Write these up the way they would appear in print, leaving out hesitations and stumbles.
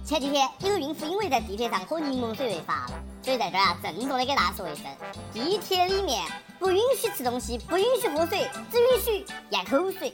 前几天有孕妇因为在地铁上喝柠檬水被罚了，所以在这儿啊，郑重的给大家说一声：地铁里面不允许吃东西，不允许喝水，只允许咽口水。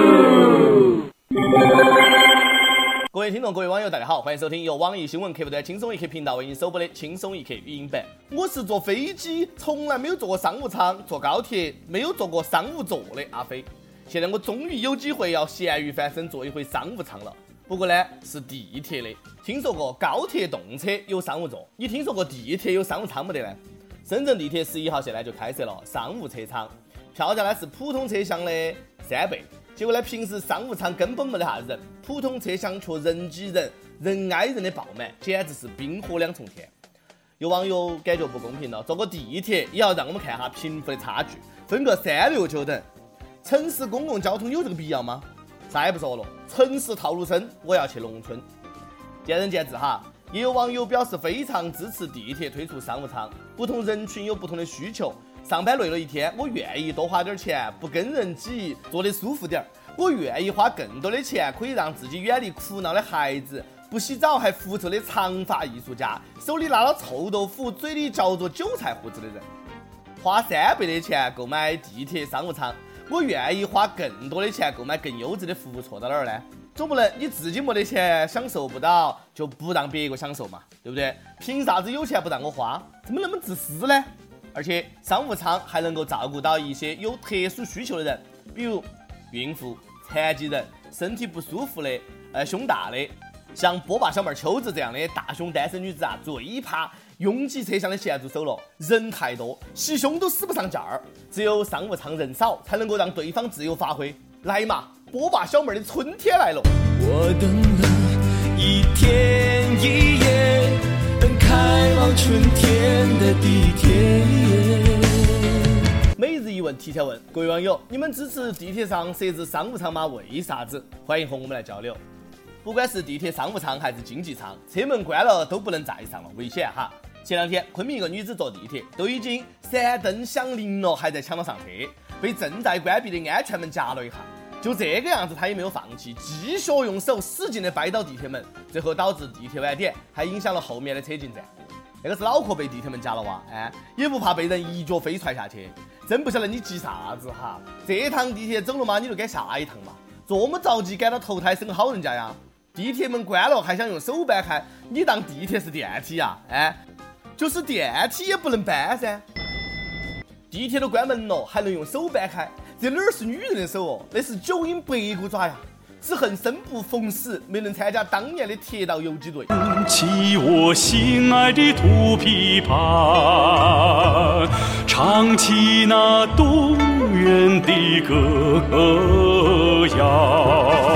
各位听众，各位网友，大家好，欢迎收听由网易新闻客户端轻松一刻频道为您首播的轻松一刻语音版。我是坐飞机从来没有坐过商务舱，坐高铁没有坐过商务座的阿飞。现在我终于有机会要咸鱼翻身坐一回商务舱了，不过呢是地铁的。听说过高铁动车有商务座，你听说过地铁有商务舱没得呢？深圳地铁11号线呢就开设了商务车舱，票价呢是普通车厢的3倍。结果呢，平时商务舱根本没得啥人，普通车厢却人挤人，人挨人的爆满，简直是冰火两重天。有网友感觉不公平了，坐个地铁也要让我们看下贫富的差距，分个3、6、9等。城市公共交通有这个必要吗？啥也不说了，城市套路深，我要去农村。见仁见智哈。也有网友表示非常支持地铁推出商务舱，不同人群有不同的需求。上班累了一天，我愿意多花点钱，不跟人挤，坐得舒服点。我愿意花更多的钱，可以让自己远离苦恼的孩子，不洗澡还狐臭的长发艺术家，手里拿了臭豆腐，嘴里嚼着韭菜胡子的人。花3倍的钱购买地铁商务舱，我愿意花更多的钱购买更优质的服务，错到哪儿呢？总不能你自己没得钱享受不到，就不让别个享受嘛，对不对？凭啥子有钱不让我花？怎么那么自私呢？而且商务舱还能够照顾到一些有特殊需求的人，比如孕妇、残疾人、身体不舒服的、胸大的，像波霸小妹秋子这样的大胸单身女子啊，最怕拥挤车厢的咸猪手了，人太多，洗胸都使不上劲儿。只有商务舱人少，才能够让对方自由发挥。来嘛，波霸小妹的春天来了！ 我等了一天一夜，等开往春天的地铁。 每日一问提前问，各位网友，你们支持地铁上设置商务舱吗？为啥子？欢迎和我们来交流。不管是地铁商务舱还是经济舱，车门关了都不能再上了，危险哈！前两天昆明一个女子坐地铁，都已经3灯响铃了，还在抢着上车，被正在关闭的安全门夹了一下。就这个样子，她也没有放弃，继续用手使劲的掰倒地铁门，最后导致地铁晚点，还影响了后面的车进站。那个是脑壳被地铁门夹了哇，也不怕被人一脚飞踹下去。真不晓得你急啥子哈？这趟地铁走了吗？你就赶下一趟嘛。这么着急赶到投胎生好人家呀？地铁门关了还想用手掰开，你当地铁是电梯呀？就是电梯也不能掰噻。地铁都关门了，还能用手掰开？这哪是女人的手哦，那是9阴白骨爪呀！只恨生不逢时，没能参加当年的铁道游击队。 起我心爱的土琵琶，唱起那动人的歌谣。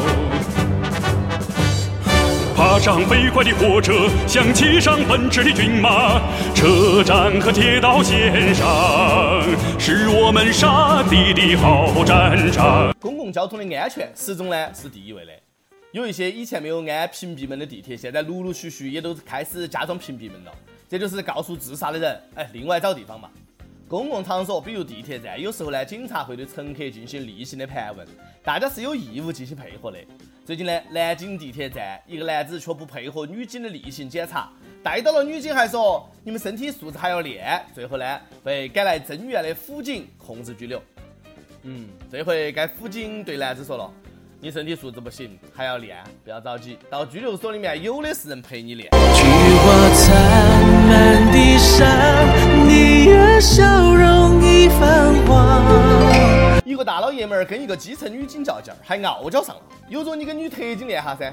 爬上飞快的火车，像骑上奔驰的骏马，车站和铁道线上是我们杀敌的好战场。 公共交通的安全始终呢是第一位的。有一些以前没有安屏蔽门的地铁，现在陆陆续续也都开始加装屏蔽门了。这就是告诉自杀的人，另外找地方嘛。公共场所，比如地铁站，有时候呢，警察会对乘客进行例行的盘问，大家是有义务进行配合的。最近呢，南京地铁站一个男子却不配合女警的例行检查，带到了女警还说你们身体素质还要练，最后呢被赶来增援的辅警控制拘留。这回该辅警对男子说了，你身体素质不行还要练，不要着急，到拘留所里面有的是人陪你练。 菊花残满地伤，你的笑容已泛黄。 一个大老爷们儿跟一个基层女警较劲儿，还傲娇上了，有种你跟女特警练下噻，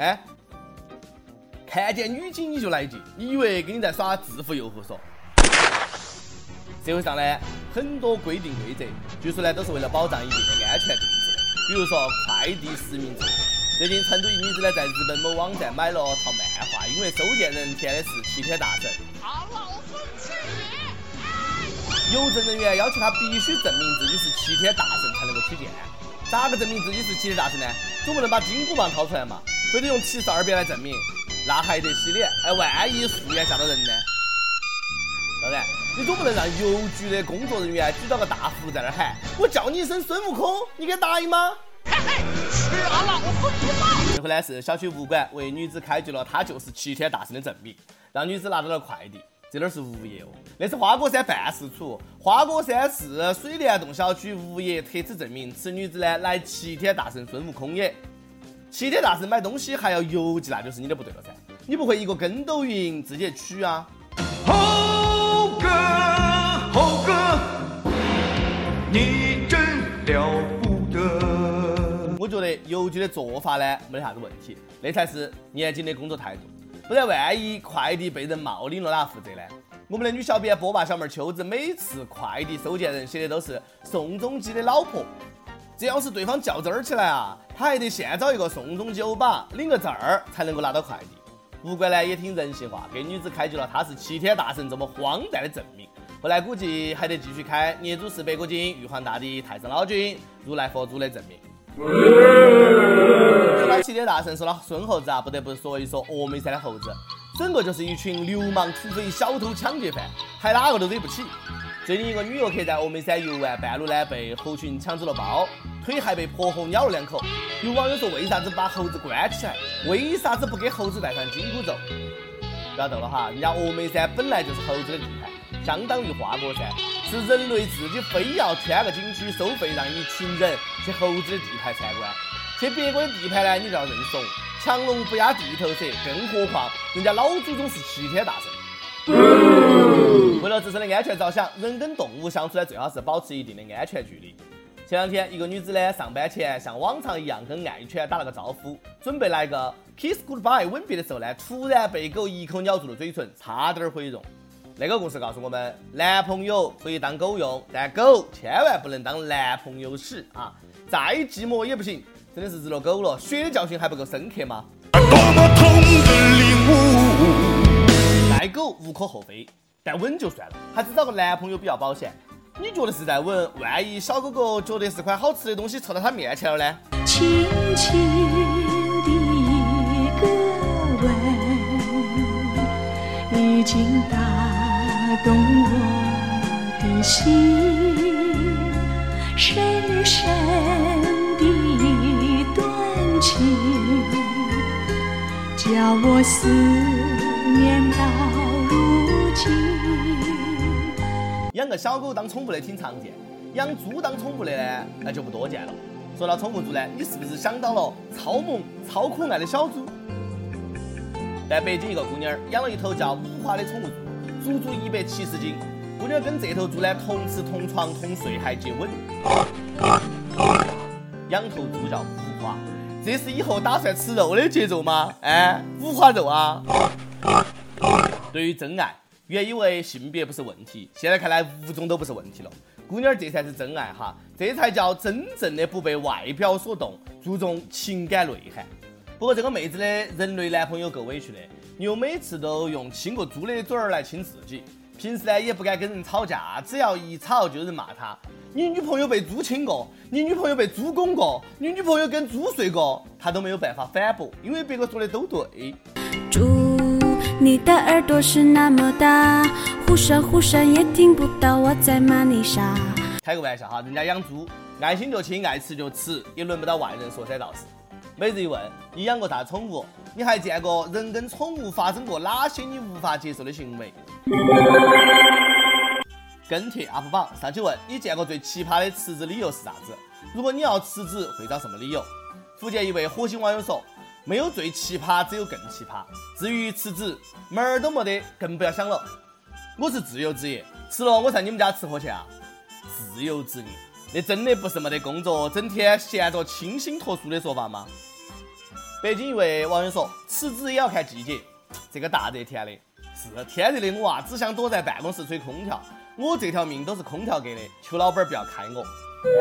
看见女警你就来劲，你以为跟你在耍制服诱惑嗦？社会上呢很多规定规则，据说呢都是为了保障一定的安全定制的，比如说快递实名制。最近成都一女子呢在日本某网站买了套漫画，因为收件人填的是齐天大圣，好老生气。邮政人员要求他必须证明自己是齐天大圣才能够取件。咋个证明自己是齐天大圣呢？总不能把金箍棒掏出来嘛，非得用72遍来证明，那还得洗脸。万一素颜吓到人呢？当然，你总不能让邮局的工作人员举到个大符在那儿喊我叫你一声孙悟空，你敢答应吗？嘿嘿，吃俺老孙不回呢是小区物管为女子开具了她就是7天大神的证明，让女子拿到了快递。这哪是物业哦，那是花果山办事处花果山市水帘洞小区物业特此证明，此女子呢来7天大神孙悟空也。7天大神买东西还要邮寄，那就是你的不对了噻，你不会一个跟斗云自己取啊？ 猴哥，你真了不得。 我觉得邮局的做法呢没得啥子问题，那才是严谨的工作态度。不然万一快递被人冒领了，哪负责呢？我们的女小编波霸小妹秋子每次快递收件人写的都是宋仲基的老婆，这要是对方较真儿起来啊，他还得现找一个宋仲基欧巴领个证儿才能够拿到快递。物管呢也挺人性化，给女子开具了他是7天大神这么荒诞的证明。后来估计还得继续开捏祖400个斤、玉皇大帝、太上老君、如来佛祖的证明。说到7天大神，说到孙猴子啊，不得不说一说峨眉山的猴子，整个就是一群流氓、土匪、小偷、抢劫犯，还哪个都惹不起。最近一个女游客在峨眉山游玩，半路呢被猴群抢走了包，腿还被泼猴咬了2口。有网友说，为啥子把猴子关起来？为啥子不给猴子戴上紧箍咒？不要逗了哈，人家峨眉山本来就是猴子的地盘，相当于花果山，是人类自己非要添个景区收费，让一群人去猴子的地盘参观。去别国的地盘呢，你就要认怂，强龙不压地头蛇，更何况人家老祖宗是7天大神。为了自身的安全着想，人跟动物相处呢，最好是保持一定的安全距离。前两天，一个女子呢上班前像往常一样跟爱犬打了个招呼，准备来个 kiss goodbye 吻别的时候呢，突然被狗一口咬住了嘴唇，差点毁容。那个故事告诉我们，男朋友可以当狗用，但狗千万不能当男朋友使啊！再寂寞也不行，真的是日了狗了，血的教训还不够深刻吗？ 多么痛的领悟！ 带狗无可厚非，但吻就算了，还是找个男朋友比较保险。你觉得是在吻，万一小狗狗觉得是块好吃的东西凑到他面前了呢？ 轻轻的一个吻，已经打动我的心，深深的段情，叫我思念到如今。 养个小狗当宠物的挺常见，养猪当宠物的呢，那就不多见了。说到宠物猪呢，你是不是想到了超萌超可爱的小猪？在北京一个姑娘养了一头叫五花的宠物猪，足足170斤。姑娘跟这头猪呢同吃同床同睡还接吻。养头猪叫五花，这是以后打算吃肉的节奏吗？五花肉啊！对于真爱，原以为性别不是问题，现在看来物种都不是问题了。姑娘这才是真爱哈，这才叫真正的不被外表所动，注重情感内涵。不过这个妹子的人类男朋友够委屈的，又每次都用亲过猪的嘴儿来亲自己，平时呢也不敢跟人吵架，只要一吵就有人骂他。你女朋友被猪亲过，你女朋友被猪拱过，你女朋友跟猪睡过，他都没有办法反驳，因为别个说的都对。 猪，你的耳朵是那么大，忽闪忽闪也听不到我在骂你傻。 开个玩笑哈，人家养猪，爱亲就亲，爱吃就吃，也轮不到外人说三道四。每日一问，你养过啥宠物？你还见过人跟宠物发生过哪些你无法接受的行为？跟帖 UP 榜上去问，你见过最奇葩的辞职理由是啥子？如果你要辞职，会找什么理由？福建一位火星网友说，没有最奇葩，只有更奇葩。至于辞职，门儿都没得，更不要想了。我是自由职业，吃了我上你们家吃货去啊？自由职业，那真的不是没得工作，整天闲着清新脱俗的说法吗？北京一位网友说，辞职也要看季节，这个大热天的，是天热的我啊，只想躲在办公室吹空调。我这条命都是空调给的，求老板不要开我。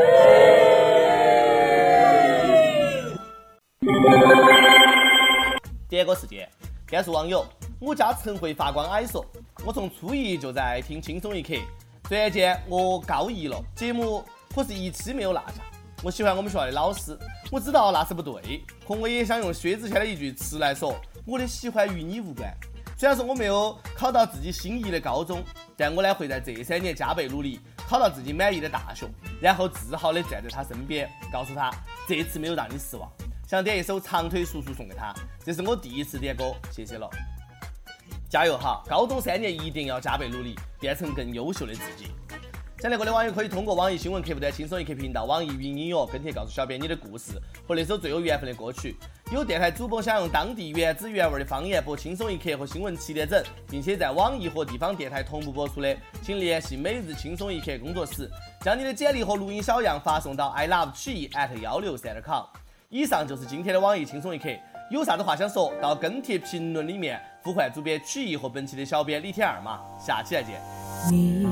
点歌事件，甘肃网友，我家晨会发光矮说，我从初一就在听轻松一刻，突然间我高一了，节目可是一期没有落下。我喜欢我们学校的老师，我知道那是不对，可我也想用薛之谦的一句词来说，我的喜欢与你无关。虽然说我没有考到自己心仪的高中，但我呢会在这3年加倍努力，考到自己满意的大学，然后自豪地站在他身边，告诉他这次没有让你失望。 想点一首长腿叔叔送给他，这是我第一次点歌，谢谢了。加油哈！高中3年一定要加倍努力，变成更优秀的自己。想来过的网友可以通过网易新闻客户端轻松一刻频道、网易云音乐跟帖告诉小编你的故事和那首最有缘分的歌曲。有电台主播想用当地原汁原味的方言播轻松一刻和新闻7点整，并且在网易和地方电台同步播出的，请联系每日轻松一刻工作室，将你的简历和录音小样发送到 iLove163.com。以上就是今天的网易轻松一刻，有啥子话想说，到跟帖评论里面呼唤主编曲艺和本期的小编李天二嘛，下期再见。 你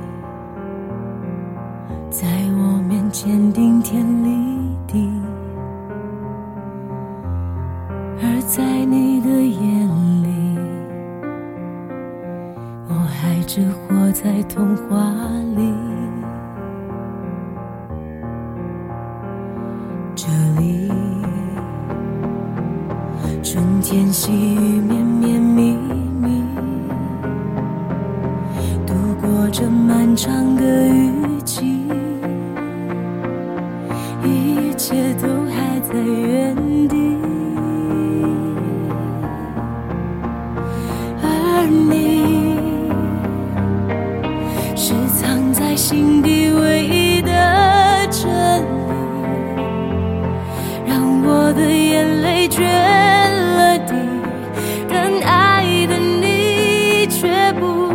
在我面前顶天立地，而在你的眼里，我还只活在童话里。这里春天细雨绵绵密密，度过这漫长的雨季，一切都还在原地，而你是藏在心底唯一的真理，让我的眼泪决了堤，但爱的你却不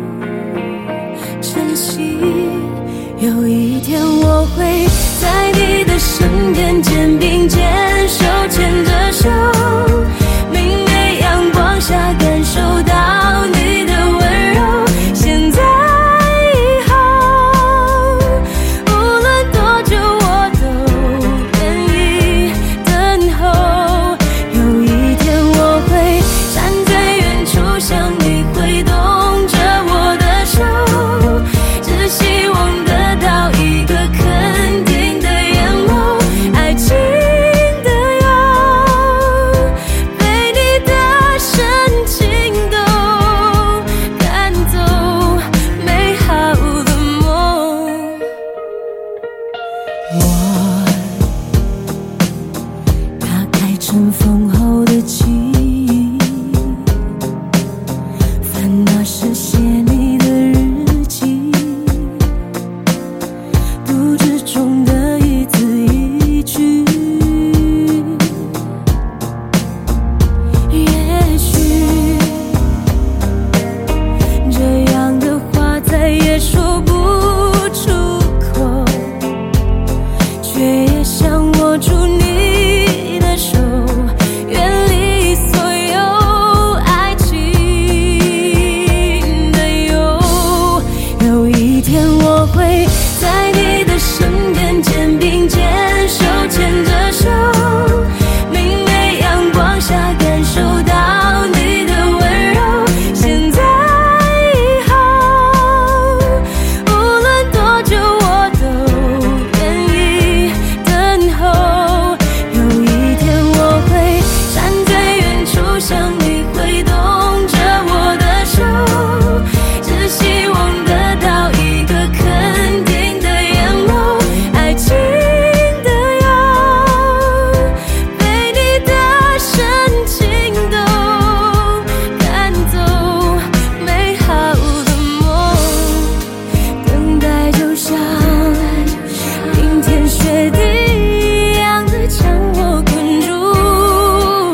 珍惜。有一天我会在你的身边，肩并肩，手牵着手，明媚阳光下感受到你的温柔。现在以后无论多久我都愿意等候，有一天我会站在远处向你挥动着我的手，只希望得到一个肯定的眼眸，爱情的油被你的深情都赶走，美好的梦。我打开尘封后的记忆，翻那时写你的日记，读之中的一字一句，也许这样的话再也说不出口，却也想握住你的手，远离所有爱情的忧。有一天我会在你的身边，肩并肩，手牵着手，明媚阳光下感受到你的温柔。现在以后无论多久我都愿意等候，有一天我会站在远处向你挥动着我的手，只希望得到一个肯定的眼眸，爱情的油被你的深情都赶走，美好的梦。等待就像冰天雪地一样的将我困住，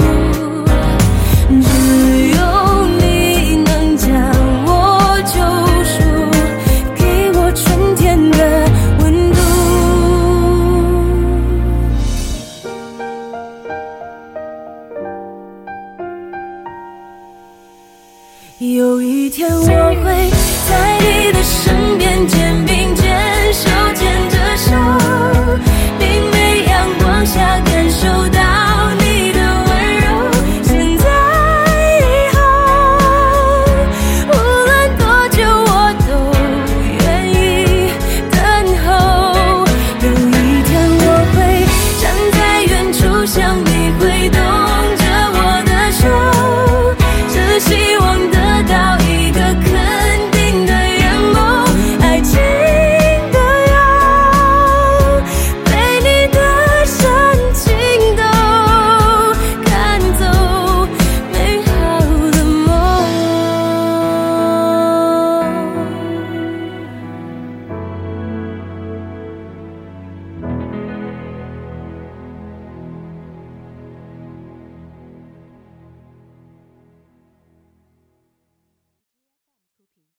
只有你能将我救赎，给我春天的温度。有一天我会在你的身边，